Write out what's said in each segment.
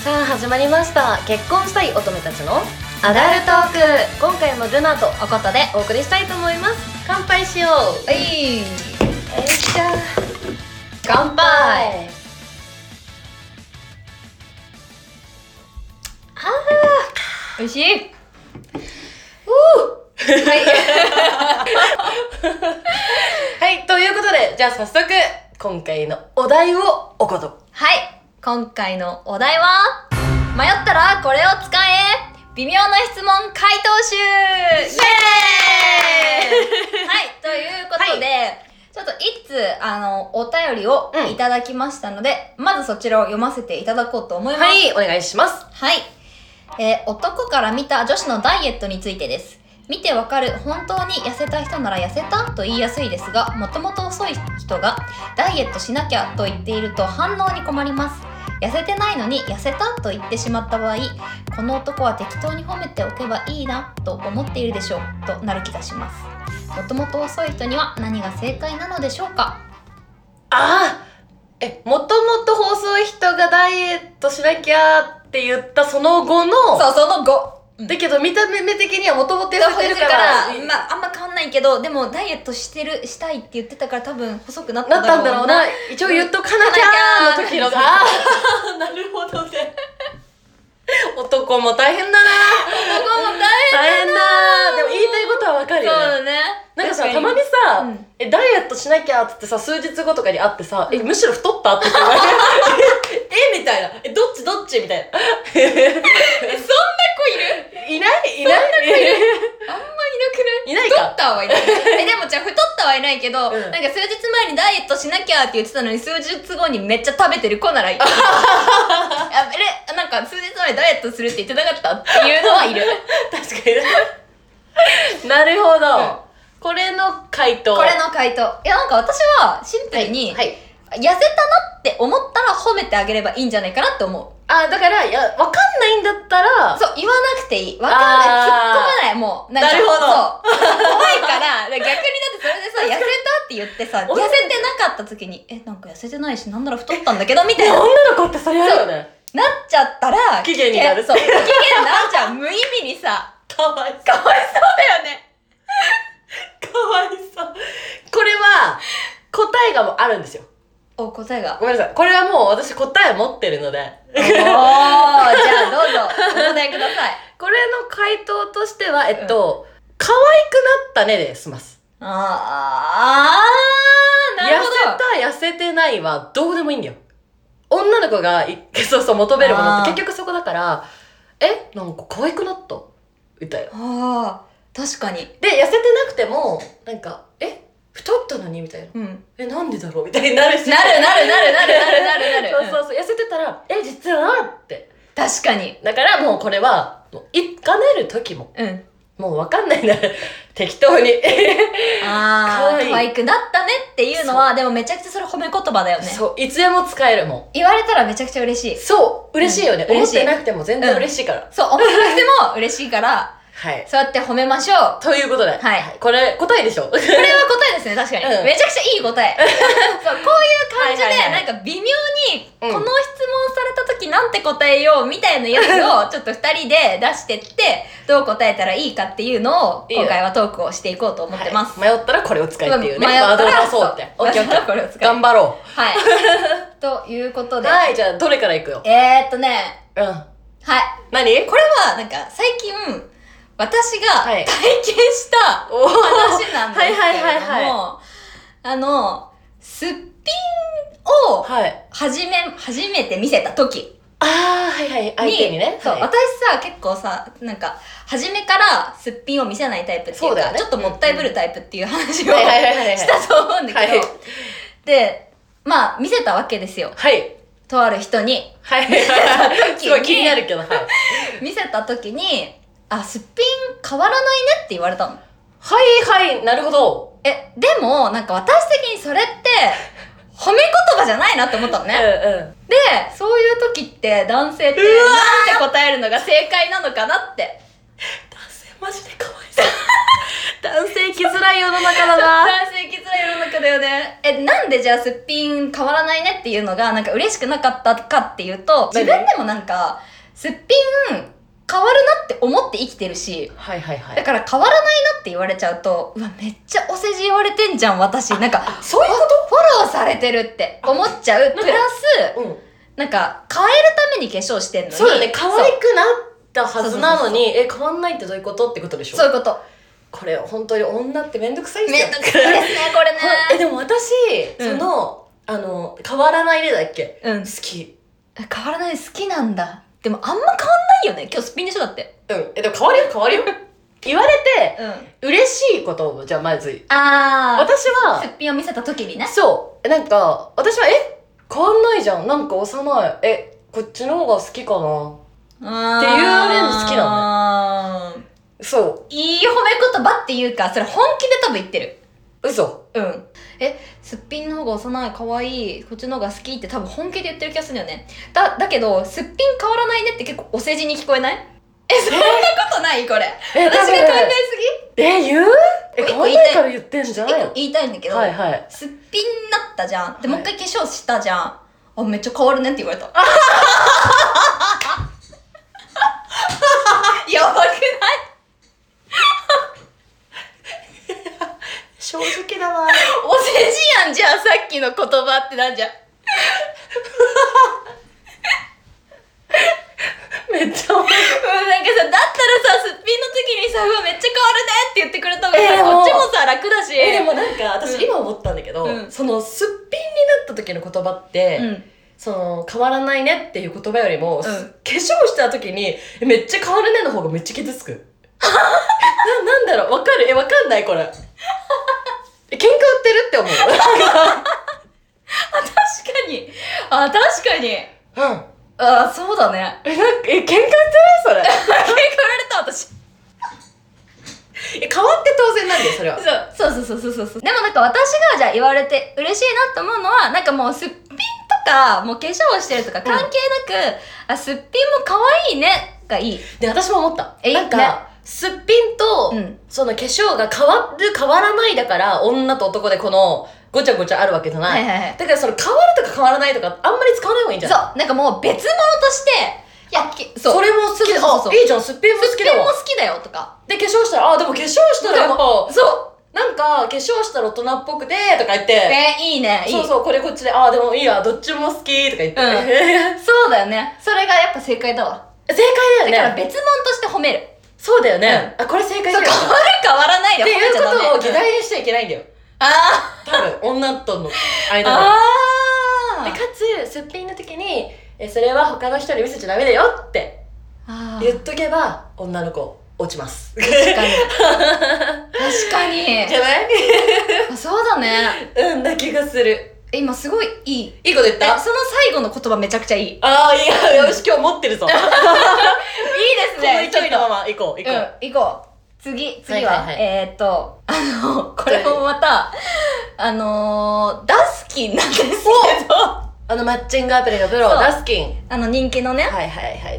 さあ始まりました。結婚したい乙女たちのアダルトーク。今回もルナとおことでお送りしたいと思います。乾杯しよう。 はい。 よいしょ。乾杯。 美味しい。はいはい、ということでじゃあ早速今回のお題をおこと。 はい。今回のお題は迷ったらこれを使え、微妙な質問回答集。イエーイはい、ということで、はい、ちょっと一通お便りをいただきましたので、まずそちらを読ませていただこうと思います。 はい、お願いします。 はい。男から見た女子のダイエットについてです。見てわかる本当に痩せた人なら痩せたと言いやすいですが、もともと遅い人がダイエットしなきゃと言っていると反応に困ります。痩せてないのに痩せたと言ってしまった場合、この男は適当に褒めておけばいいなと思っているでしょうとなる気がします。もともと遅い人には何が正解なのでしょうか。 もともと細い人がダイエットしなきゃって言ったその後の、 そう、その後、 だけど見た目的にはもともと痩せてるから、 まあ、あんま変わんないけど、でもダイエットしたいって言ってたから多分細くなったんだろうな。 なったんだろうな。一応言っとかなきゃーの時のがなるほどね。男も大変だな。 男も大変だな。 でも言いたいことはわかるよね。 そうだね。 なんかさ、たまにさ、ダイエットしなきゃっつってさ、数日後とかに会ってさ、むしろ太ったって言われるみたいな。どっちみたいな。 そんな子いる？ いないそんな子いる？あんまいなくない？ いないか。 太ったはいない。でもじゃあ太ったはいないけど、なんか数日前にダイエットしなきゃって言ってたのに数日後にめっちゃ食べてる子ならいい。なんか数日前にダイエットするって言ってなかったっていうのはいる。 確かに。なるほど。これの回答。 いや、なんか私はシンプルに、痩せたなって思ったら褒めてあげればいいんじゃないかなって思う。 だから、わかんないんだったら、 そう、言わなくていい。わかんない。突っ込まない。もう、 なるほど。 そう。怖いから、逆にだってそれでさ、痩せたって言ってさ、痩せてなかった時に、なんか痩せてないし、なんなら太ったんだけど、みたいな。 女の子ってそれあるよね。 なっちゃったら、 不機嫌になる。 そう、不機嫌になっちゃう。無意味にさ、 かわいそう。 かわいそうだよね。 かわいそう。これは、答えがもうあるんですよ。 答えが。 ごめんなさい。これはもう私答え持ってるので。 じゃあどうぞ、お答えください。 これの回答としては、可愛くなったねで済ます。 なるほど。 痩せてないはどうでもいいんだよ。女の子がそう求めるものって結局そこだから、なんか可愛くなったみたいな。 確かに。 で、痩せてなくても、なんか、太ったのにみたいな。なんでだろうみたいになるし。 なる。 そう。痩せてたら、実はって。 確かに。 だからもうこれは、かねる時も。もうわかんないなら、適当に。 可愛くなったねっていうのは、でもめちゃくちゃそれ褒め言葉だよね。 そう、いつでも使えるもん。 言われたらめちゃくちゃ嬉しい。 そう、嬉しいよね。思ってなくても全然嬉しいから。 そう、思ってなくても嬉しいから、はい。そうやって褒めましょう。 ということで。はい。これ、答えでしょ？これは答えですね、確かに。めちゃくちゃいい答え。そう、こういう感じで、なんか微妙に、この質問された時なんて答えようみたいなやつを、ちょっと二人で出してって、どう答えたらいいかっていうのを、今回はトークをしていこうと思ってます。 迷ったらこれを使えっていうね。ワードを出そうって。 オッケー。これを使え。 頑張ろう。 はい。ということで。 はい、じゃあ、どれからいくよ。 はい。 何？ これは、なんか、最近、私が体験した話なんですけれども、すっぴんを初めて見せた時相手にね。 そう、私さ、結構さ、なんか、初めからすっぴんを見せないタイプっていうか、ちょっともったいぶるタイプっていう話をしたと思うんだけど、で、まあ、見せたわけですよ。とある人に。 すごい気になるけど、 見せた時に、すっぴん変わらないねって言われたの。 なるほど。 でも、なんか私的にそれって、褒め言葉じゃないなって思ったのね。で、そういう時って男性ってなんて答えるのが正解なのかなって。 男性マジでかわいそう。 男性来づらい世の中だな。 男性きつい世の中だよね。なんでじゃあすっぴん変わらないねっていうのがなんか嬉しくなかったかっていうと、自分でもなんかすっぴん変わるなって思って生きてるし、 はいはいはい。 だから変わらないなって言われちゃうと、うわめっちゃお世辞言われてんじゃん私、なんかそういうこフォローされてるって思っちゃう。プラスと？うん。 なんか変えるために化粧してんのに、 そうだね、可愛くなったはずなのに、変わんないってどういうことってことでしょ？ そういうこと。 これ本当に女ってめんどくさいんですよ。 めんどくさいですねこれね。 でも私、 うん変わらないでだっけ？ うん。 好き。 変わらない好きなんだ。でもあんま変わんないよね。今日すっぴんでしょだって。 うん。でも変わるよ変わるよ。言われて、 うん。 嬉しいことを、じゃあまず、 あ私はす、っぴんを見せた時にね。 そう、なんか、私は、変わんないじゃん。なんか幼い。こっちの方が好きかな。っていうレンズ好きなの。 そいい褒め言葉っていうか、それ本気で多分言ってる。 う。嘘。 うん。すっぴんの方が幼い、可愛い、こっちの方が好きって多分本気で言ってる気がするんだよね。だけど、すっぴん変わらないねって結構お世辞に聞こえない？そんなことないこれ。私が考えす言う？変わんないから言ってんじゃん。 ぎ？一個言いたいんだけど、 はいはい。 すっぴんになったじゃん。で、 はいもう一回化粧したじゃん。あ、めっちゃ変わるねって言われた。やばくない？ 正直だな。 お世辞やんじゃあさっきの言葉ってなんじゃん。 めっちゃなんかさ、だったらさ、すっぴんの時にさ、うわめっちゃ変わるねって言ってくれた方がさ、こっちもさ楽だし。 でもなんか私今思ったんだけど、 うんそのすっぴんになった時の言葉って、 うん。 その変わらないねっていう言葉よりも、 ん化粧した時にめっちゃ変わるねの方がめっちゃ傷つく。なんだろう、わかる？わかんないこれ。喧嘩売ってるって思う。 確かに。あ、確かに。 うん。 あ、そうだね。 なんか喧嘩売ってないそれ。 喧嘩売られた私。 変わって当然なんだよそれは。 そう。でもなんか私がじゃあ言われて嬉しいなと思うのは、なんかもうすっぴんとか、もう化粧してるとか関係なく、あ、すっぴんも可愛いねがいい。 で私も思った。なんか、 ねすっぴんと、 うんその化粧が変わる変わらないだから女と男でこのごちゃごちゃあるわけじゃない。 はいはいはい。 だからその変わるとか変わらないとかあんまり使わない方がいいんじゃない？ そう、なんかもう別物として、 それも好きだ。 そういいじゃん、すっぴんも好きだわ。 すっぴんも好きだよとか。 で、化粧したら、でも化粧したらやっぱ、 そうなんか、化粧したら大人っぽくて、とか言って、 いいね、いい。 そうそう、これこっちで、でもいいや、どっちも好き、とか言って。 そうだよね。それがやっぱ正解だわ。 正解だよね。 だから別物として褒める。 そうだよね。これ正解だよね。 変わる変わらないでっていう褒めちゃダメ。 ことを議題にしちゃいけないんだよ。多分、女との間で。で、かつ、すっぴんの時に、それは他の人に見せちゃダメだよって言っとけば、女の子、落ちます。 確かに。確かに。 じゃない？ そうだね。 うんな気がする。 今すごいいい。 いいこと言った？ その最後の言葉めちゃくちゃいい。いいでいや、よし、今日持ってるぞ。 すこのね。 勢いのまま行こう。 行こう。次は、 はいはいこれもまた、ダスキンなんですけど。 マッチングアプリのプロ、 そうダスキン。 人気のね、 はいはいはい。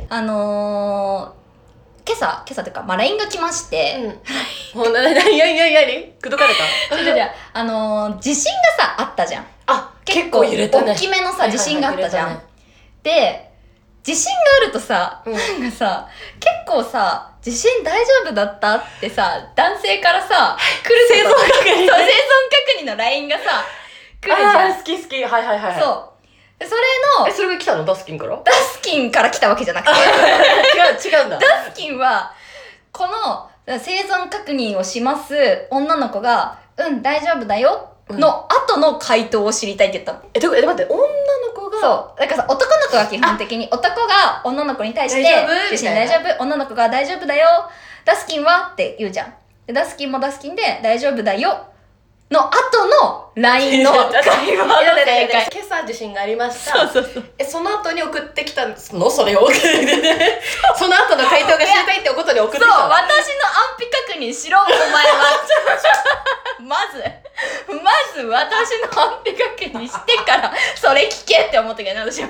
今朝っていうか、LINE が来まして、 もう何口説かれた？ じゃ地震がさ、あったじゃん。 結構揺れたね。 大きめのさ、地震があったじゃん。で、地震があるとさ、なんかさ、結構さ、地震大丈夫だったってさ、男性からさ、来る生存確認。 そう、生存確認の LINE がさ、来るじゃん。 好き。はいはいはい。 そう。でそれの、 それが来たの？ダスキンから？ ダスキンから来たわけじゃなくて、 違うんだ。 ダスキンは、この生存確認をします女の子が、大丈夫だよの後の回答を知りたいって言ったの。 待って、女の子が。 そう。だからさ、男の子が基本的に、男が女の子に対して、 大丈夫地震大丈夫、女の子が大丈夫だよ、ダスキンはって言うじゃん。でダスキンもダスキンで、大丈夫だよの後の LINE の会話の正解。 今朝地震がありました。 そう。 その後に送ってきたのそれを。その後の回答が知りたいってことに送ってきたの。 そう、私の安否確認しろ、お前は。まず私の安否確認してから、それ聞けって思ったけどね、私は。 めっ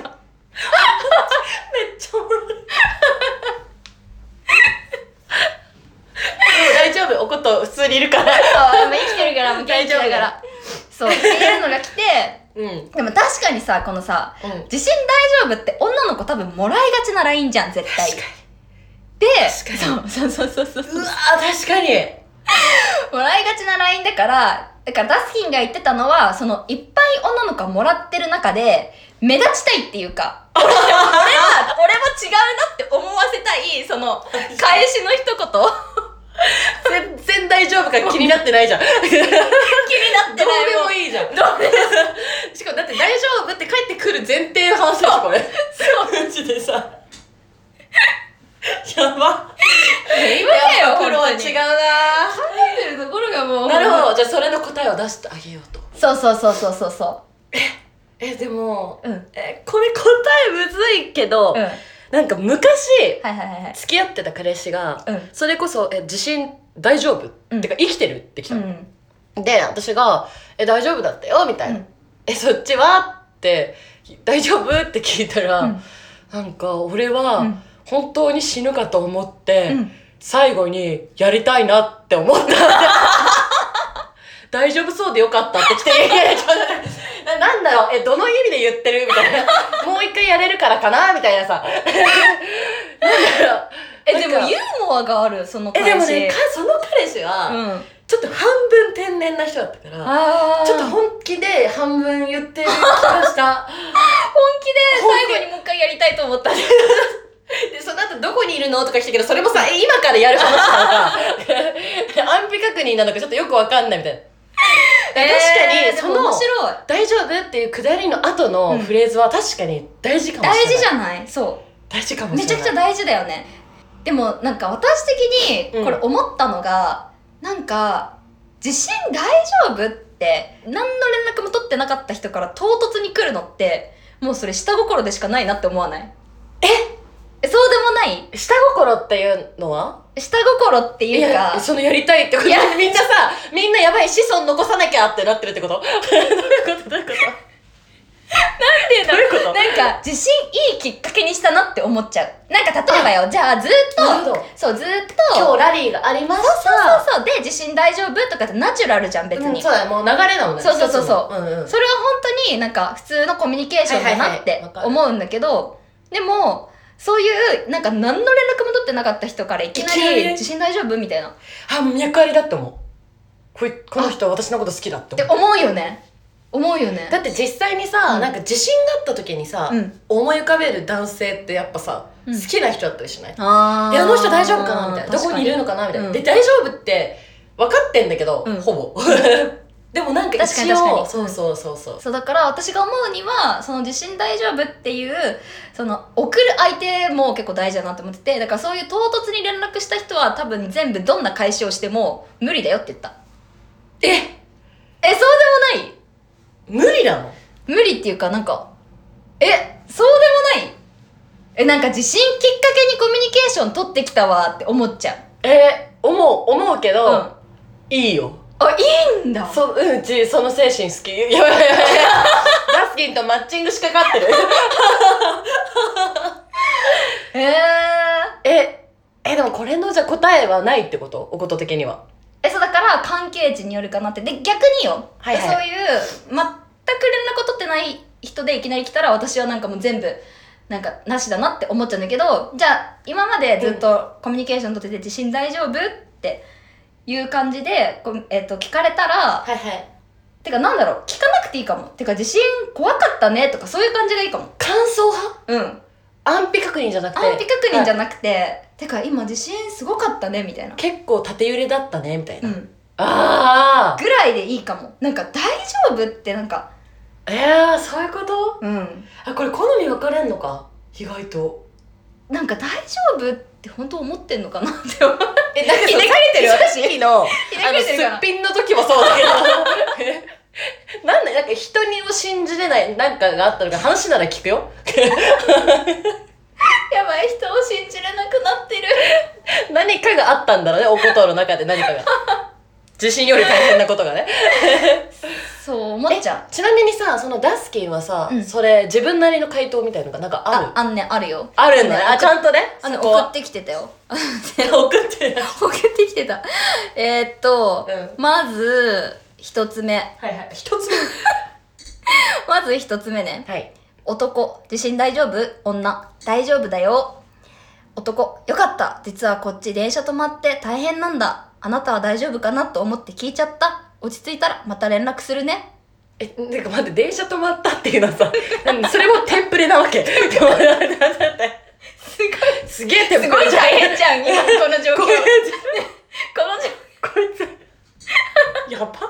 ちゃおもろい。大丈夫、おこと普通にいるからそう今生きてるからもう元気だからそうっていうのが来てでも確かにさこのさ、地震大丈夫って女の子多分もらいがちな LINE じゃん絶対。 確かでにそううわ確かにもらいがちな LINE だからダスキンが言ってたのはそのいっぱい女の子がもらってる中で目立ちたいっていうか俺も違うなって思わせたいその返しの一言全然大丈夫か気になってないじゃん気になってないどうでもいいじゃんしかもだって大丈夫って帰ってくる前提の話でしょこれそうマジでさやば今だよプロは違うな考えてるところがもうなるほどじゃあそれの答えを出してあげようとそうでも、 これ答えむずいけど、なんか昔、付き合ってた彼氏が、それこそ地震大丈夫、ってか生きてるって来たの、で私が大丈夫だったよみたいな、そっちはって大丈夫って聞いたら、なんか俺は、本当に死ぬかと思って、最後にやりたいなって思った大丈夫そうでよかったって来てなんだろうどの意味で言ってるみたいなもう一回やれるからかなみたいなさなんだろうでもユーモアがあるその彼氏でもねその彼氏は、ちょっと半分天然な人だったからちょっと本気で半分言ってる気がした本気で最後にもう一回やりたいと思ったでその後どこにいるのとか来たけどそれもさ今からやる話なのか安否確認なのかちょっとよくわかんないみたいな確かにその大丈夫っていうくだりの後のフレーズは確かに大事かもしれない、 大事じゃないそう大事かもしれないめちゃくちゃ大事だよね。でもなんか私的にこれ思ったのが、なんか地震大丈夫って何の連絡も取ってなかった人から唐突に来るのってもうそれ下心でしかないなって思わない？そうでもない？ 下心っていうのは下心っていうかそのやりたいってことみんなさみんなやばい子孫残さなきゃってなってるってことどういうことなんていうのどういうことなんか地震いいきっかけにしたなって思っちゃう。なんか例えばよじゃあずっとそうずっと今日ラリーがありましたそうで地震大丈夫とかってナチュラルじゃん別に、 そうだもう流れなのねそう、それは本当になんか普通のコミュニケーションだなって思うんだけど、でもそういうなんか何の連絡も取ってなかった人からいきなり地震大丈夫みたいな脈ありだって思うこの人は私のこと好きだって思うよねだって実際にさ、なんか地震があった時にさ、思い浮かべる男性ってやっぱさ、好きな人だったりしない？あの人大丈夫かなみたいなどこにいるのかなみたいな、で大丈夫って分かってんだけど、ほぼでもなんか一応そうだから私が思うにはその地震大丈夫っていうその送る相手も結構大事だなと思ってて、だからそういう唐突に連絡した人は多分全部どんな返しをしても無理だよって言った。そうでもない？ 無理なの？ 無理っていうかなんかそうでもない？なんか地震きっかけにコミュニケーション取ってきたわって思っちゃう。 思うけど、いいよ。 いいんだ。 その精神好き。やばいダスキンとマッチングしかかってるでもこれのじゃ答えはないってこと？おこと的にはそうだから関係値によるかなって。で逆によ、そういう全く連絡を取ってない人でいきなり来たら私はなんかもう全部なんかなしだなって思っちゃうんだけど、じゃあ今までずっとコミュニケーション取ってて地震大丈夫っていう感じで聞かれたら、てかなんだろう、聞かなくていいかも。てか地震怖かったねとかそういう感じがいいかも。 感想派？安否確認じゃなくててか今地震すごかったねみたいな、結構縦揺れだったねみたいな、ぐらいでいいかも。なんか大丈夫ってなんかそういうこと？これ好み分かれんのか意外と。なんか大丈夫って本当思ってんのかなって思う。なんかひねくれてる私のすっぴんの時もそうだけどなんか人にを信じれないなんかがあったのか話なら聞くよやばい、人を信じれなくなってる何かがあったんだろうね、おことの中で何かが地震より大変なことがねそう思っちゃう。 ちなみにさ、そのダスキンはさ、それ自分なりの回答みたいのがなんかある？ あるよ。 あるんだね。ちゃんとね。 送ってきてたよ。 送ってきてた。まず一つ目。 はいはい。一つ目。 まず一つ目ね。 はい。 男、地震大丈夫？女、大丈夫だよ。男、よかった。実はこっち電車止まって大変なんだ。あなたは大丈夫かなと思って聞いちゃった。落ち着いたらまた連絡するね。 なんか待って、電車止まったっていうのはさ、それもテンプレなわけ。すげえテンプレ。 すごい大変じゃん、今この状況。こいつやば。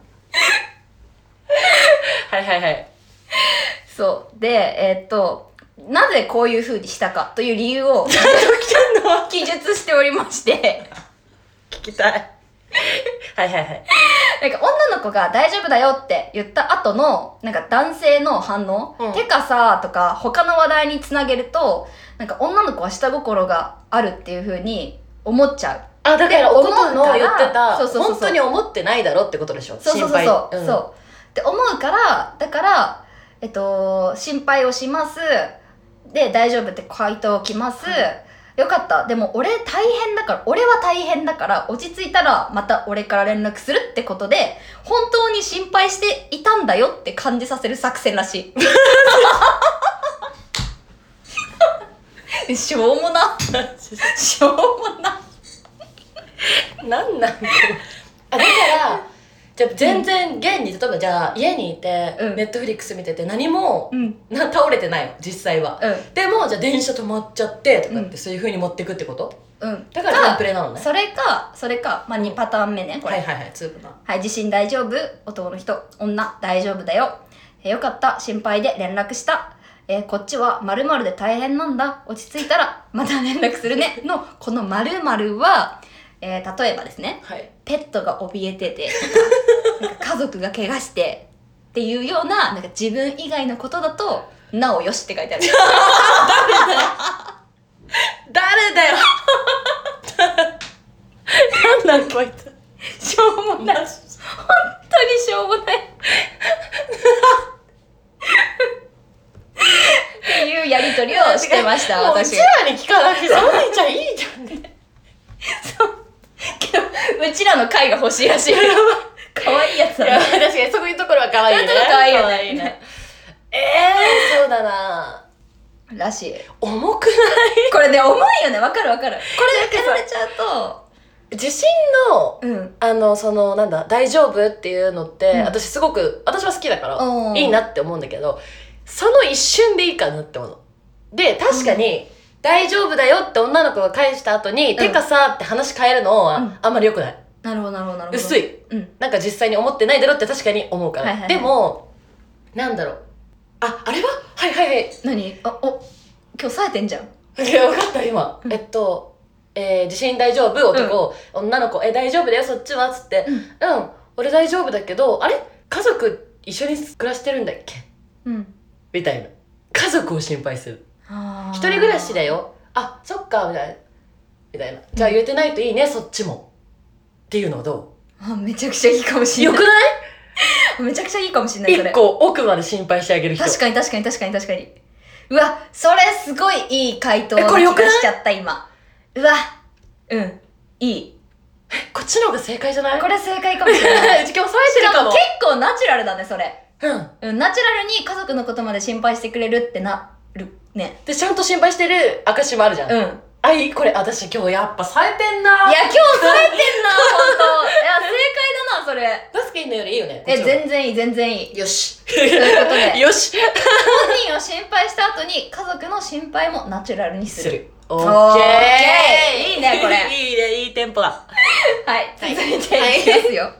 はいはいはい。 そうで、なぜこういう風にしたかという理由を記述しておりまして聞きたい。はいはいはい。 なんか女の子が大丈夫だよって言った後のなんか男性の反応、てかさとか他の話題につなげると、なんか女の子は下心があるっていう風に思っちゃう。 だからおことの言ってた、 そう本当に思ってないだろってことでしょ。 そうって思うから、だから心配をします。で、大丈夫って回答きます。よかった。でも俺は大変だから、落ち着いたらまた俺から連絡するってことで、本当に心配していたんだよって感じさせる作戦らしい。しょうもな。 なんだだから、じゃあ全然現に例えばじゃあ家にいて、ネットフリックス見てて何も、倒れてないよ実際は、でもじゃあ電車止まっちゃってとかってそういう風に持ってくってこと？だからテンプレなのね。 それか、まあ、2パターン目ねこれ。 はい2パターン。 はい、地震大丈夫？男の人。女、大丈夫だよ。よかった、心配で連絡した。こっちは〇〇で大変なんだ。落ち着いたらまた連絡するねのこの〇〇は、例えばですね、ペットが怯えててとか、なんか家族が怪我してっていうような、なんか自分以外のことだとなおよしって書いてある。 誰だよなんなんこいつ。 しょうもない。本当にしょうもないっていうやりとりをしてました私。 うちらに聞かなくてそういちゃんいいじゃんね。 そうけどうちらの回が欲しいらしい。可愛いやつだね。 確かにそういうところは可愛いね。 可愛いよね。 そうだならしい。 重くない？ これね重いよね。わかる。これやられちゃうと地震の、そのなんだ大丈夫っていうのって、私は好きだからいいなって思うんだけど、その一瞬でいいかなって思うの。で確かに、大丈夫だよって女の子が返した後に、てかさって話変えるのは、あんまり良くない。 なるほど。 薄い。なんか実際に思ってないだろって確かに思うから。でもなんだろう。あれははい何？今日冴えてんじゃん。 いや分かった今。地震大丈夫？男、女の子大丈夫だよそっちはつって、俺大丈夫だけど、あれ家族一緒に暮らしてるんだっけみたいな。家族を心配する。一人暮らしだよ。そっかみたいな。じゃあ言えてないといいねそっちもっていうのはどう？めちゃくちゃいいかもしれない。 よくない？ めちゃくちゃいいかもしれない。それ一個奥まで心配してあげる人。 確かに。うわ、それすごいいい回答を気がしちゃった今。うわ、いい。 こっちの方が正解じゃない？ これ正解かもしれない。 今日冴えてるかも。 結構ナチュラルだねそれ。ナチュラルに家族のことまで心配してくれるってなるね。 でちゃんと心配してる証もあるじゃん。これ私今日やっぱ冴えてんな。 いや今日冴えてんなほんと。いや正解だなそれ。 ダスキンのよりいいよね。 全然いい。 よし。 ということでよし。 本人を心配した後に家族の心配もナチュラルにする。 オッケー。いいねこれ。 いいね、いいテンポだ。 はい、続いていきますよ。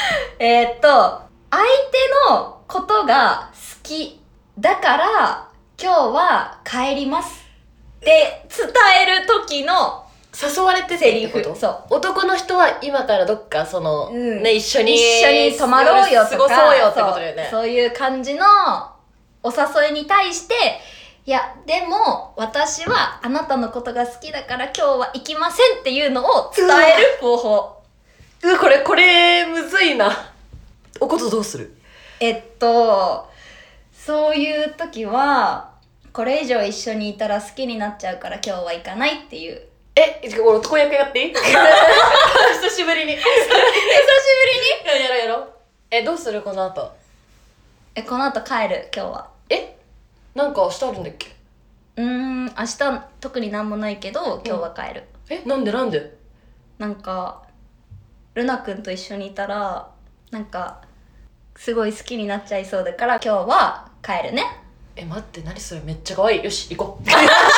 相手のことが好きだから今日は帰りますって伝える時の誘われててってこと？ そう。 男の人は今からどっか一緒に泊まろうよとか過ごそうよってことだよね。 そういう感じのお誘いに対して、いやでも私はあなたのことが好きだから今日は行きませんっていうのを伝える方法。 これむずいな。おことどうする？ そういう時はこれ以上一緒にいたら好きになっちゃうから今日は行かないっていう。 俺男役やっていい久しぶりに久しぶりにやろう。どうするこの後。 この後帰る今日は。 なんか明日あるんだっけ。 明日特になんもないけど今日は帰る。 なんでなんかルナくんと一緒にいたらなんかすごい好きになっちゃいそうだから今日は帰るね。 待って、何それ、めっちゃ可愛い。よし、行こう。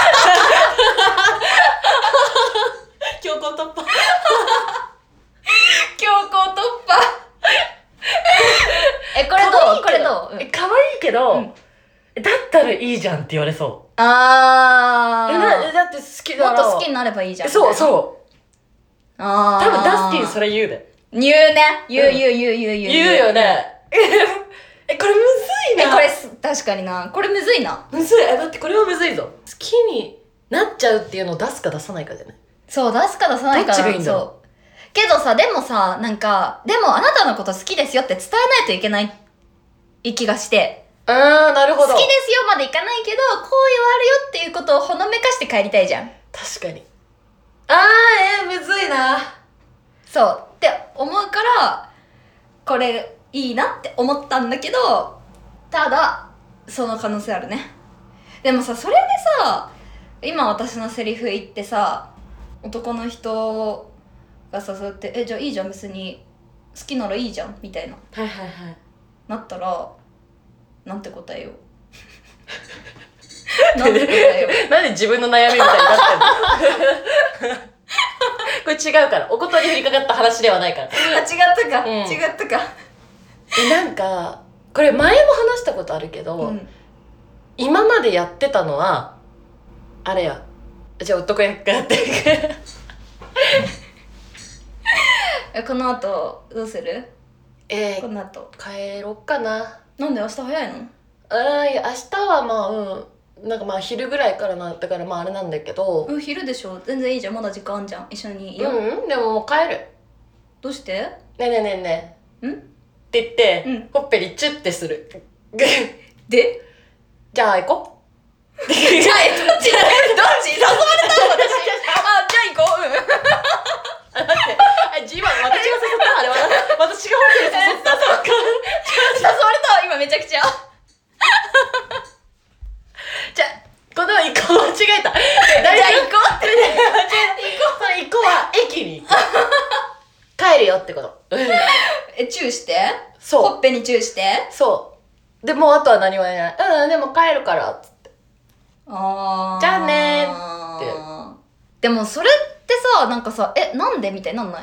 強行突破。 これどう？ 可愛いけど、だったらいいじゃんって言われそう。 だって好きだからもっと好きになればいいじゃん。 そう。 多分ダスティンそれ言うで。 言うね。言うよね。これむずいな。 これ確かにな。これむずいな。 むずい。待って、これはむずいぞ。好きになっちゃうっていうのを出すか出さないかだよね。 そう、出すか出さないか。 どっちがいいんだろう。 そうけどさ、でもさ、なんかでもあなたのこと好きですよって伝えないといけない気がして。 なるほど。 好きですよまでいかないけど、好意はあるよっていうことをほのめかして帰りたいじゃん。 確かに。むずいな。 そうって思うからこれいいなって思ったんだけど、ただその可能性あるね。でもさ、それでさ、今私のセリフ言ってさ、男の人が誘ってじゃあいいじゃん、別に好きならいいじゃんみたいななったらなんて答えよう。なんて答えよう。 なんで自分の悩みみたいになってんの。これ違うから、おことに降りかかった話ではないから。 違ったか、 うん違ったか。 なんかこれ前も話したことあるけど、今までやってたのはあれや。じゃあ男役やってこの後どうする？この後帰ろっかな。 なんで明日早いの？ いや明日はなんか昼ぐらいからだからあれなんだけど。 昼でしょ、全然いいじゃん、まだ時間あんじゃん、一緒にいよ。 でももう帰る。 どうして？ ねえって言って、ほっぺにチュッてする。 でじゃあ行こう。 じゃあどっち誘われたの？私。じゃあ行こう。 今私が誘ったあれ私がほっぺに誘った。そっか。 誘われたわ今めちゃくちゃ。 じゃあこの行こう間違えた。 じゃあ行こうって行こうは駅に行く。帰るよってこと。 チューして。 そう。 ほっぺにチューして。 そう。でもうあとは何も言えない。でも帰るからっつって。じゃあねーって。 でもそれってさ、なんかさ、なんでみたいになんない？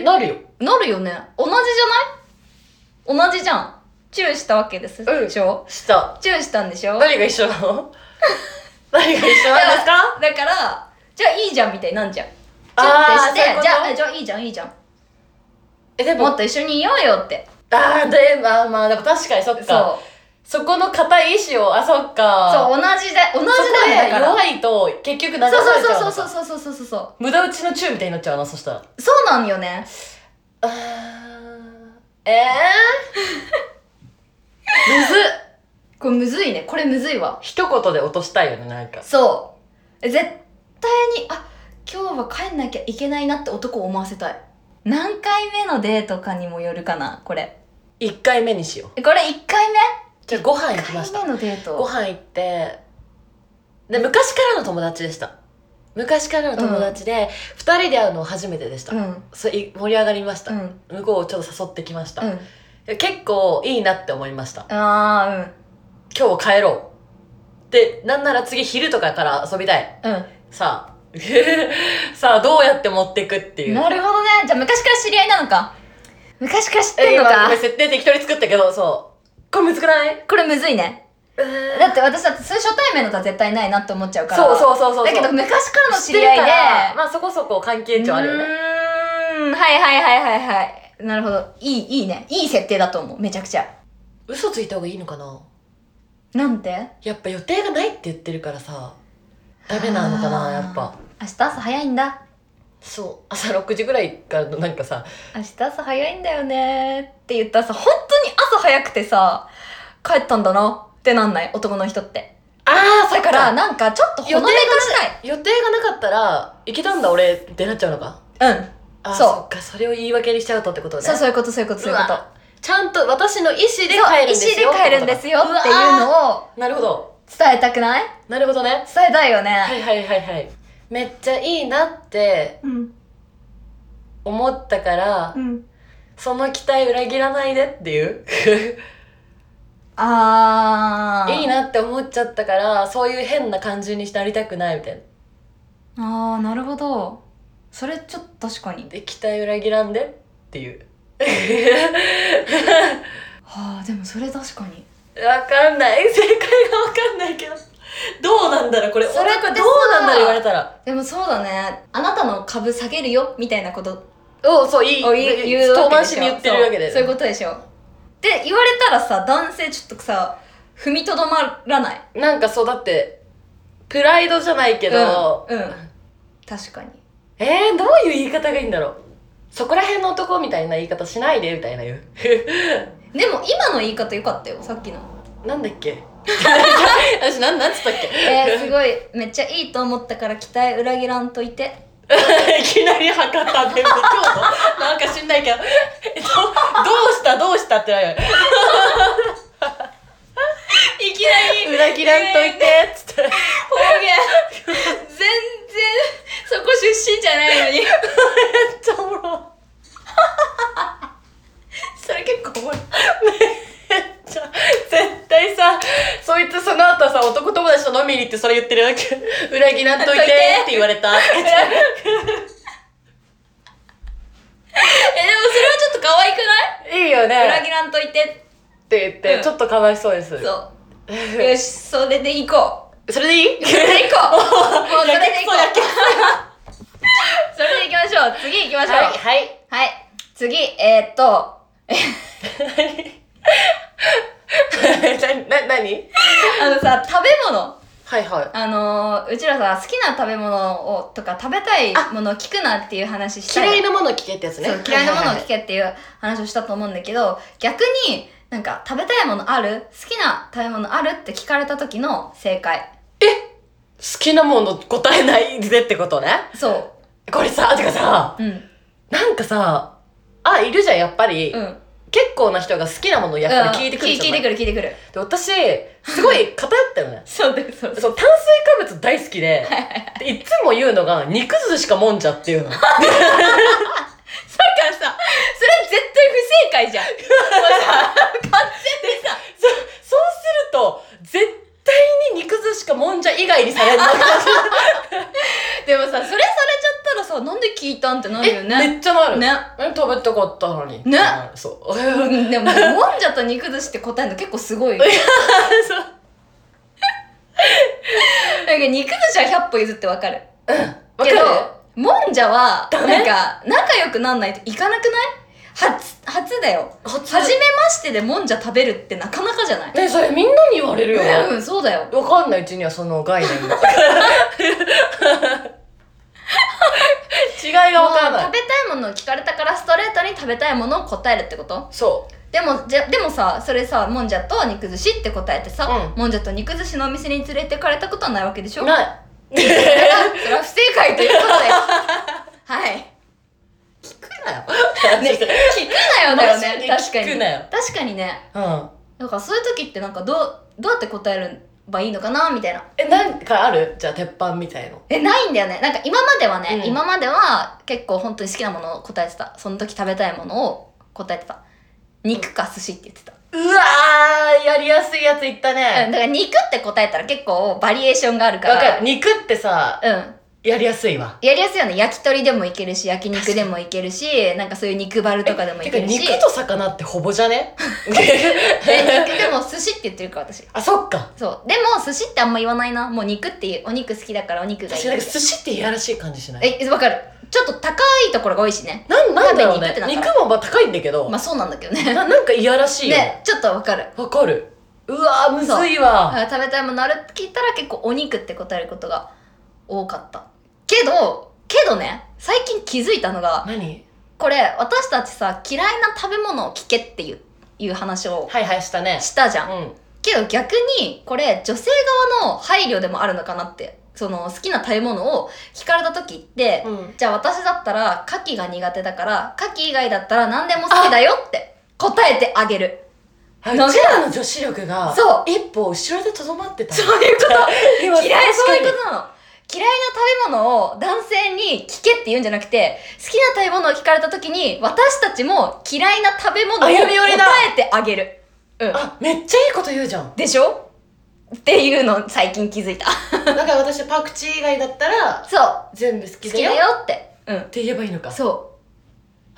なるよ。 なるよね。同じじゃない？同じじゃん。チューしたわけですでしょ？ した。 チューしたんでしょ？ 何が一緒なの？何が一緒なんですか？ だからじゃあいいじゃんみたいになんじゃん。チューってして、じゃあいいじゃんいいじゃん。 でももっと一緒にいようよって。 でも確かにそっか。そこの固い意志を、そっか。 そう、同じだよだから。 弱いと結局流されちゃうのか。 そう無駄打ちのチューみたいになっちゃうな、そしたら。 そうなんよね。 むずっ。 これむずいね。これむずいわ。 一言で落としたいよね、なんか。 そう。絶対に、今日は帰んなきゃいけないなって男を思わせたい。何回目のデートかにもよるかな、これ。 1回目にしよう。 これ1回目？ じゃあご飯行きました。 1回目のデート。 ご飯行って、で、昔からの友達でした。昔からの友達で、2人で会うの初めてでした。盛り上がりました。向こうをちょっと誘ってきました。結構いいなって思いました。今日帰ろう。で、なんなら次昼とかから遊びたい。さあどうやって持っていくっていう。 なるほどね。じゃあ昔から知り合いなのか。昔から知ってんのか。 今設定適当に作ったけど、そう。これむずくない？ これむずいね。だって私だってそれ初対面のとは絶対ないなって思っちゃうから。 そう。 だけど昔からの知り合いで、 そこそこ関係値はあるよね。 はい。なるほど。いいね。いい設定だと思う。めちゃくちゃ。 嘘ついた方がいいのかな？ なんて？ やっぱ予定がないって言ってるからさ、ダメなのかな、やっぱ。 明日朝早いんだ。 そう朝6時ぐらいからのなんかさ、 明日朝早いんだよねって言ったらさ、本当に朝早くてさ帰ったんだなってなんない？男の人って。 ああ、 だからなんかちょっとほのめかしたい。 予定がなかったら行けたんだ俺ってなっちゃうのか。 そうそっか、それを言い訳にしちゃうとってことね。 そういうことちゃんと私の意思で帰るんですよ。 意思で帰るんですよっていうのをなるほど伝えたくない？ なるほどね。 伝えたいよね。 はいめっちゃいいなって思ったから、その期待裏切らないでっていういいなって思っちゃったからそういう変な感じになりたくないみたいな。なるほど。それちょっと確かに。 で期待裏切らんでっていうでもそれ確かにわかんない、正解がわかんないけどどうなんだろうこれ。 それってさどうなんだろう言われたら。 でもそうだね、あなたの株下げるよみたいなことをそう言うわけでしょ。遠回しに言ってるわけで。 そういうことでしょって言われたらさ、男性ちょっとさ踏みとどまらない？ なんかそう、だってプライドじゃないけど、 確かに。 どういう言い方がいいんだろう。そこら辺の男みたいな言い方しないでみたいな言うでも今の言い方よかったよ、さっきの。 なんだっけ私なんつったっけすごいめっちゃいいと思ったから期待裏切らんといていきなり博多弁で今日のなんか知んないけどどうしたってなるいきなり裏切らんといてっつって方言全然そこ出身じゃないのにめっちゃおもろそれ結構おもろいめっちゃ絶対さ、そいつその後さ男友達と飲みに行ってそれ言ってるだけ裏切らんといてって言われたでもそれはちょっと可愛くない？ いいよね。 裏切らんといてって言って、ちょっとかわいそうです。 そうよし、それで行こう。 それでいい？ それで行こうもうそれで行こうそれで行きましょう。次行きましょう。はい次何さ、食べ物。 はいうちらさ、好きな食べ物をとか食べたいものを聞くなっていう話した嫌いなものを聞けってやつね。 そう、嫌いなものを聞けっていう話をしたと思うんだけど、逆になんか食べたいものある？好きな食べ物ある？って聞かれた時の正解。 好きなもの答えないでってことね。 そう。 これさ、てかさ、なんかさ、いるじゃん、やっぱり。結構な人が好きなものをやっぱり聞いてくるじゃん。 聞いてくる。 で、私、すごい偏ったよね。 そう炭水化物大好きで、いつも言うのが、肉寿司かもんじゃっていうの。 だからさ、それ絶対不正解じゃん。もうさ、完全にさ、 そうすると、絶対に肉寿司かもんじゃ以外にされるの。 でもさ、それされちゃったらさ、なんで聞いたんってなるよね。 めっちゃなる。 ね。 食べたかったのに。 ね。 そう。 でも、もんじゃと肉寿司って答えるの結構すごい。そう。なんか肉寿司は100歩譲ってわかる。 わかる。 けど、もんじゃは、なんか、仲良くなんないといかなくない？初だよ。初めましてでもんじゃ食べるってなかなかじゃない？ ね、それみんなに言われるよね。 そうだよ。 わかんないうちにはその概念が。違いがわからない。 食べたいものを聞かれたからストレートに食べたいものを答えるってこと？ そう。 でもさ、それさ、もんじゃと肉寿司って答えてさ、もんじゃと肉寿司のお店に連れてかれたことはないわけでしょ？ ない。 それは不正解ということで。はい。 聞くなよ。 聞くなよだよね。確かに。 聞くなよ。 確かにね。だからそういう時ってなんかどうやって答えればいいのかなみたいな。 なんかある？じゃあ鉄板みたいの。 ないんだよね。なんか今まではね、今までは結構本当に好きなものを答えてた。その時食べたいものを答えてた。肉か寿司って言ってた。 うわー、やりやすいやつ言ったね。 だから肉って答えたら結構バリエーションがあるから。 わかる。肉ってさ、やりやすいわ。 やりやすいよね。焼き鳥でもいけるし、焼肉でもいけるし、なんかそういう肉バルとかでもいけるし。 肉と魚ってほぼじゃね？ 肉でも寿司って言ってるから私。 そっか。 そう。でも寿司ってあんま言わないな。もう肉っていう、お肉好きだからお肉がいい。 なんか寿司っていやらしい感じしない？ わかる。ちょっと高いところが多いしね。 なんだろうね。肉もまあ高いんだけど。 まあそうなんだけどね。 なんかいやらしいよね。ちょっとわかる。 わかる。うわー、むずいわ。 食べたいものあるって聞いたら結構お肉って答えることが多かった。けどね、最近気づいたのが、 何？ これ私たちさ、嫌いな食べ物を聞けっていういう話をはいはい、したね。 したじゃん、 うん。 けど逆にこれ女性側の配慮でもあるのかなって。その好きな食べ物を聞かれた時って、じゃあ私だったら牡蠣が苦手だから牡蠣以外だったら何でも好きだよって答えてあげる。 うちらの女子力がそう一歩後ろでとどまってた。 そういうこと今嫌い、そういうことなの。嫌いな食べ物を男性に聞けって言うんじゃなくて、好きな食べ物を聞かれた時に私たちも嫌いな食べ物を答えてあげる。 あ、めっちゃいいこと言うじゃん。 でしょっていうの最近気づいた。 だから私パクチー以外だったらそう全部好きだよ好きだよって。 って言えばいいのか。 そう。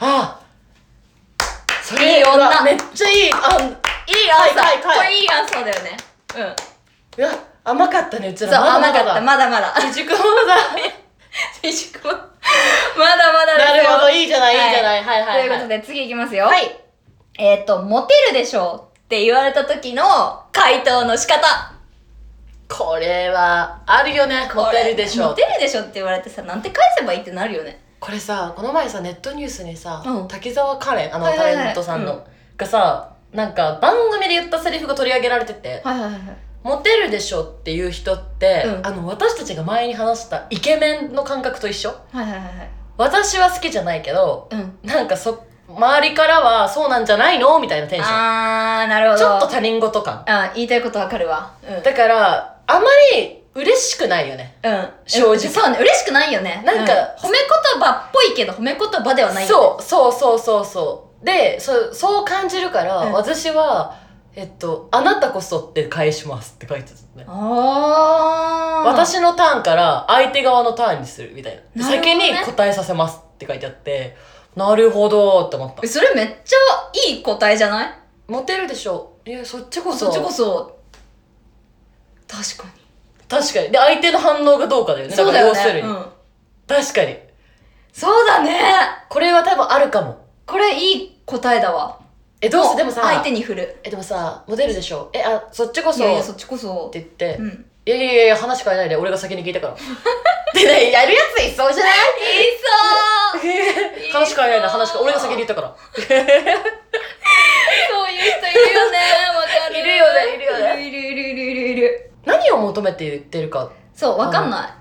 ああ、それいい女。 めっちゃいい。いいアンサー。 これいいアンサーだよね。 いや、甘かったね、うちら。 そう、甘かった。まだまだ。 未熟者だ。 未熟者。まだまだですよ。 なるほど、いいじゃない、いいじゃない。はいはい。 ということで次いきますよ。 はい。 モテるでしょって言われた時の回答の仕方。 これは、あるよね。モテるでしょ。 モテるでしょって言われてさ、なんて返せばいいってなるよね。 これさ、この前さ、ネットニュースにさ、 うん滝沢カレン、タレントさんの、がさ、なんか番組で言ったセリフが取り上げられてて、 はいはいはい。 モテるでしょっていう人って、私たちが前に話したイケメンの感覚と一緒。 はいはいはいはい。 私は好きじゃないけど、なんか周りからはそうなんじゃないのみたいなテンション。 あー、なるほど。 ちょっと他人事感。 言いたいことわかるわ。 だから、あまり嬉しくないよね。正直。 そうね、嬉しくないよね。 なんか、 褒め言葉っぽいけど褒め言葉ではないよね。そうで、そう感じるから、私は、あなたこそって返しますって書いてたね。私のターンから相手側のターンにするみたいな。先に答えさせますって書いてあって、なるほどって思った。 それめっちゃいい答えじゃない？ モテるでしょ。いや、そっちこそ。 確かに。 確かに。で、相手の反応がどうかだよね。 そうだよね。 要するに。確かに。 そうだね。 これは多分あるかも。 これいい答えだわ。 どうせでもさ、 相手に振る。 でもさ、モテるでしょ。そっちこそ。 いや、そっちこそ。 って言って、いや、話変えないで、俺が先に聞いたから。でね、やるやついそうじゃない？ いそう話変えないで、俺が先に言ったから。 そういう人いるよね。わかる。 いるよね。 いる。 何を求めて言ってるか。 そう、わかんない。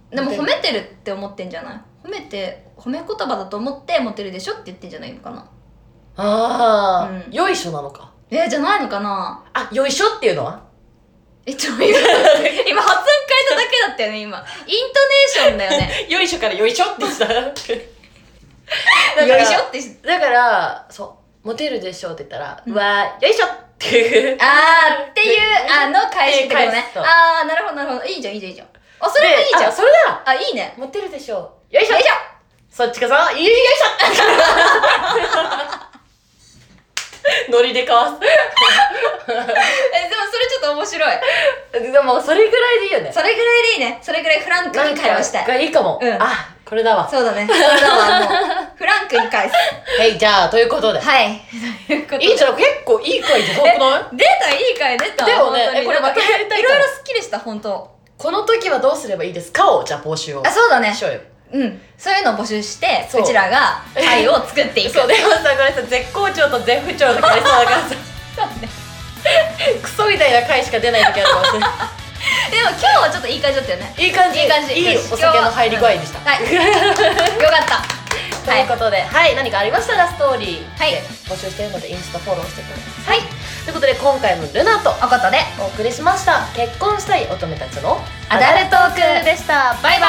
でも褒めてるって思ってんじゃない？褒め言葉だと思ってモテるでしょって言ってんじゃないのかな。 よいしょなのか。 じゃないのかな。 よいしょっていうのは今発音変えただけだったよね、今。イントネーションだよね。 よいしょからよいしょって言ってた。よいしょってだから、モテるでしょって言ったら、よいしょっていう。 っていう、返しってことね。なるほど。いいじゃん。それもいいじゃん。 それだ。 いいね。 モテるでしょ。よいしょ。そっちこそ、よいしょ。ノリでかわす。 でもそれちょっと面白い。 でもそれぐらいでいいよね。 それぐらいでいいね。それぐらいフランクに会話したい。 がいいかも。これだわ。 そうだね。もうフランクに返す。 はい、じゃあということで。 はい。 いいじゃん。結構いい回じゃなくない？ 出た、いい回出た。 でもね、これまたやりたい。 いろいろ好きでした、本当。 この時はどうすればいいですかをじゃあ募集を。 そうだね。 しようよ。 そういうのを募集して、うちらが回を作っていく。 そう、でもさ、これさ、絶好調と絶不調とかありそうだからさ。クソみたいな回しか出ない時あるかもしれない。 でも今日はちょっといい感じだったよね。 いい感じ。いいお酒の入り具合でした。 はい。よかった。 ということで、何かありましたらストーリーで募集しているのでインスタフォローしてください。ということで今回もルナとおことでお送りしました。結婚したい乙女たちのアダルトークでした。バイバイ。